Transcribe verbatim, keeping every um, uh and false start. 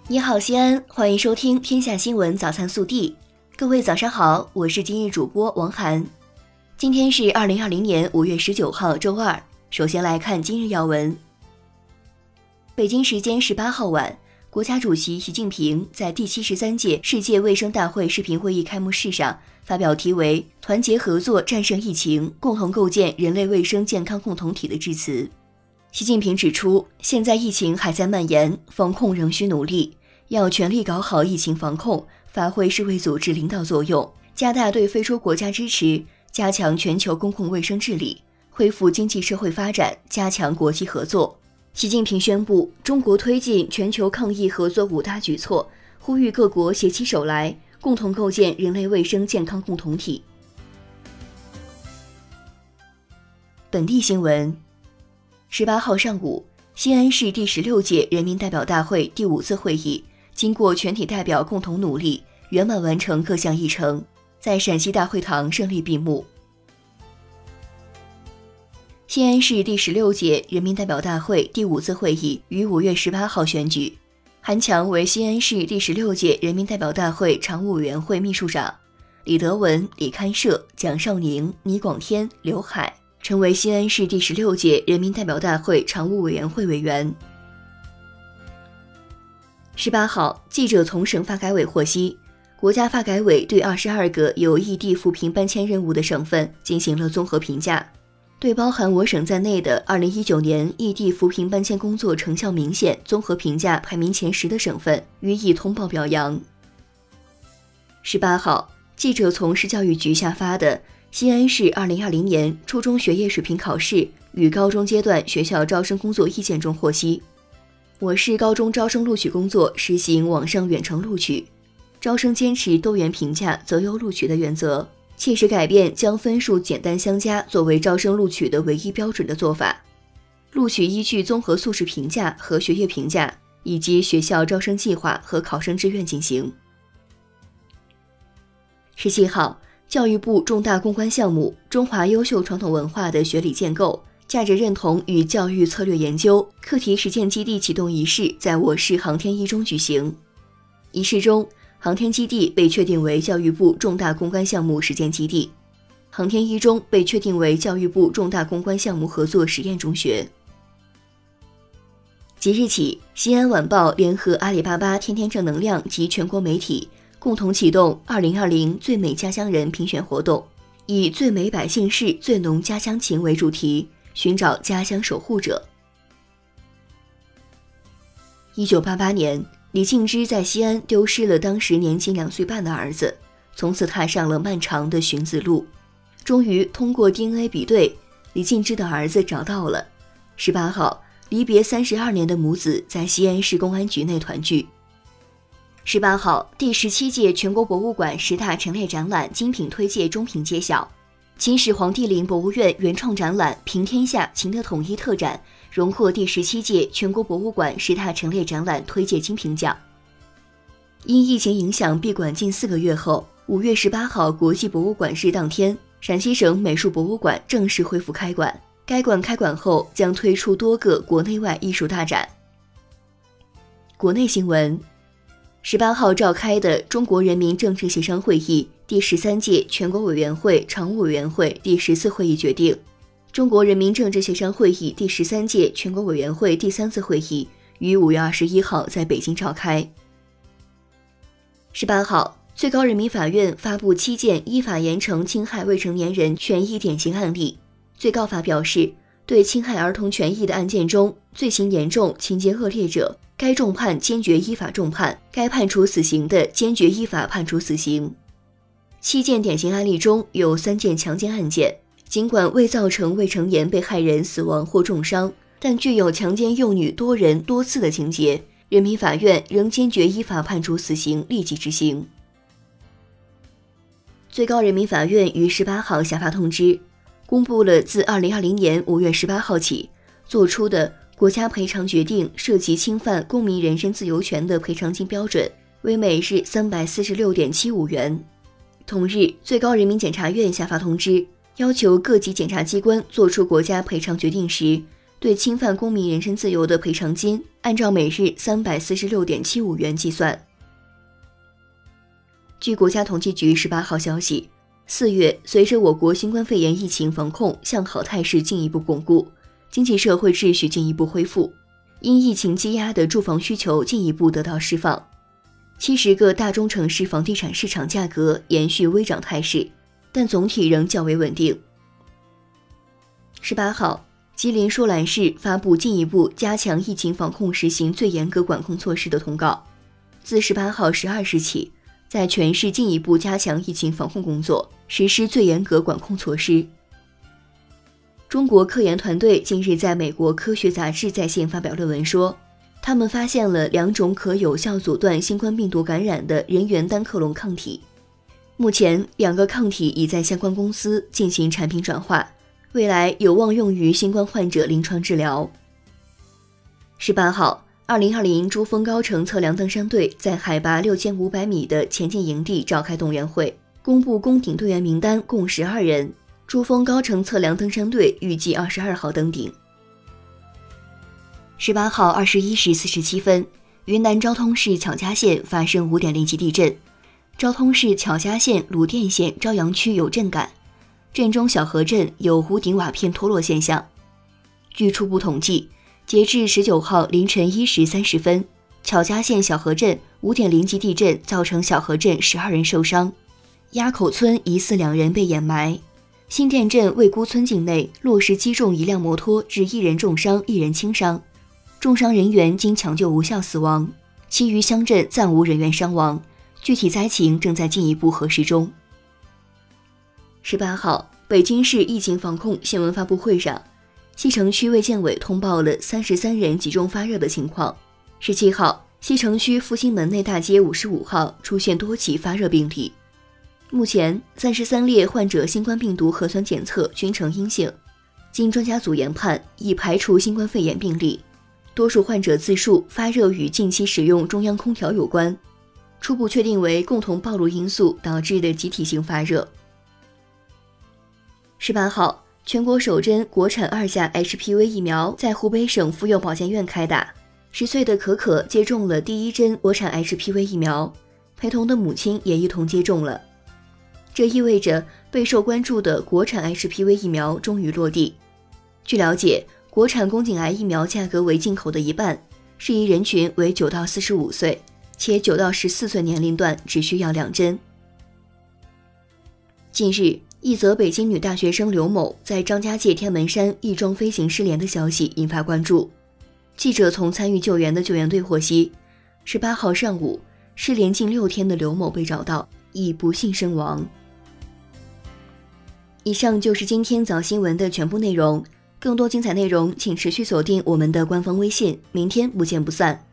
你好，西安，欢迎收听天下新闻早餐速递。各位早上好，我是今日主播王涵。今天是二零二零年五月十九号，周二。首先来看今日要闻。北京时间十八号晚，国家主席习近平在第七十三届世界卫生大会视频会议开幕式上发表题为“团结合作战胜疫情，共同构建人类卫生健康共同体”的致辞。习近平指出，现在疫情还在蔓延，防控仍需努力，要全力搞好疫情防控，发挥世卫组织领导作用，加大对非洲国家支持，加强全球公共卫生治理，恢复经济社会发展，加强国际合作。习近平宣布，中国推进全球抗疫合作五大举措，呼吁各国携起手来，共同构建人类卫生健康共同体。本地新闻。十八号上午，西安市第十六届人民代表大会第五次会议经过全体代表共同努力，圆满完成各项议程，在陕西大会堂顺利闭幕。西安市第十六届人民代表大会第五次会议于五月十八号选举，韩强为西安市第十六届人民代表大会常务委员会秘书长，李德文、李堪摄、蒋绍宁、倪广天、刘海成为西安市第十六届人民代表大会常务委员会委员。十八号，记者从省发改委获悉，国家发改委对二十二个有异地扶贫搬迁任务的省份进行了综合评价，对包含我省在内的二零一九年异地扶贫搬迁工作成效明显综合评价排名前十的省份予以通报表扬。十八号，记者从市教育局下发的西安市二零二零年初中学业水平考试与高中阶段学校招生工作意见中获悉，我市高中招生录取工作实行网上远程录取，招生坚持多元评价择优录取的原则，切实改变将分数简单相加作为招生录取的唯一标准的做法。录取依据综合素质评价和学业评价以及学校招生计划和考生志愿进行。十七号，教育部重大攻关项目中华优秀传统文化的学理建构、价值认同与教育策略研究课题实践基地启动仪式在我市航天一中举行。仪式中，航天基地被确定为教育部重大攻关项目实践基地，航天一中被确定为教育部重大攻关项目合作实验中学。即日起，西安晚报联合阿里巴巴天天正能量及全国媒体共同启动二零二零最美家乡人评选活动，以最美百姓事、最浓家乡情为主题，寻找家乡守护者。一九八八年，李敬之在西安丢失了当时年仅两岁半的儿子，从此踏上了漫长的寻子路。终于通过 D N A 比对，李敬之的儿子找到了。十八号，离别三十二年的母子在西安市公安局内团聚。十八号，第十七届全国博物馆十大陈列展览精品推介中评揭晓，秦始皇帝陵博物院原创展览《平天下秦的统一》特展荣获第十七届全国博物馆十大陈列展览推介精品奖。因疫情影响闭馆近四个月后，五月十八号国际博物馆日当天，陕西省美术博物馆正式恢复开馆。该馆开馆后将推出多个国内外艺术大展。国内新闻。十八号召开的中国人民政治协商会议第十三届全国委员会常务委员会第十次会议决定，中国人民政治协商会议第十三届全国委员会第三次会议于五月二十一号在北京召开。十八号，最高人民法院发布七件依法严惩侵害未成年人权益典型案例。最高法表示，对侵害儿童权益的案件中，罪行严重、情节恶劣者，该重判坚决依法重判，该判处死刑的坚决依法判处死刑。七件典型案例中有三件强奸案件，尽管未造成未成年被害人死亡或重伤，但具有强奸幼女多人多次的情节，人民法院仍坚决依法判处死刑，立即执行。最高人民法院于十八号下发通知，公布了自二零二零年五月十八号起作出的国家赔偿决定涉及侵犯公民人身自由权的赔偿金标准为每日三百四十六点七五元。同日，最高人民检察院下发通知，要求各级检察机关作出国家赔偿决定时， 对侵犯公民人身自由的赔偿金按照每日 三百四十六点七五元计算。据国家统计局十八号消息，四月，随着我国新冠肺炎疫情防控向好态势进一步巩固，经济社会秩序进一步恢复，因疫情积压的住房需求进一步得到释放，七十个大中城市房地产市场价格延续微涨态势，但总体仍较为稳定。十八号，吉林舒兰市发布进一步加强疫情防控实行最严格管控措施的通告，自十八号十二时起，在全市进一步加强疫情防控工作，实施最严格管控措施。中国科研团队近日在美国科学杂志在线发表论文说，他们发现了两种可有效阻断新冠病毒感染的人源单克隆抗体。目前，两个抗体已在相关公司进行产品转化，未来有望用于新冠患者临床治疗。十八号，二零二零珠峰高程测量登山队在海拔六千五百米的前进营地召开动员会，公布攻顶队员名单共十二人。珠峰高程测量登山队预计二十二号登顶。十八号二十一时四十七分，云南昭通市巧家县发生五点零级地震，昭通市巧家县鲁甸县朝阳区有震感，震中小河镇有屋顶瓦片脱落现象。据初步统计，截至十九号凌晨一时三十分，巧家县小河镇五点零级地震造成小河镇十二人受伤，鸭口村疑似两人被掩埋。新店镇魏沽村境内落石击中一辆摩托，致一人重伤，一人轻伤，重伤人员经抢救无效死亡，其余乡镇暂无人员伤亡，具体灾情正在进一步核实中。十八号，北京市疫情防控新闻发布会上，西城区卫健委通报了三十三人集中发热的情况。十七号，西城区复兴门内大街五十五号出现多起发热病例。目前，三十三例患者新冠病毒核酸检测均呈阴性，经专家组研判，已排除新冠肺炎病例。多数患者自述发热与近期使用中央空调有关，初步确定为共同暴露因素导致的集体性发热。十八号，全国首针国产二价 H P V 疫苗在湖北省妇幼保健院开打，十岁的可可接种了第一针国产 H P V 疫苗，陪同的母亲也一同接种了。这意味着备受关注的国产 H P V 疫苗终于落地。据了解，国产宫颈癌疫苗价格为进口的一半，适宜人群为九到四十五岁，且九到十四岁年龄段只需要两针。近日，一则北京女大学生刘某在张家界天门山翼装飞行失联的消息引发关注。记者从参与救援的救援队获悉，十八号上午，失联近六天的刘某被找到，已不幸身亡。以上就是今天早新闻的全部内容，更多精彩内容请持续锁定我们的官方微信，明天不见不散。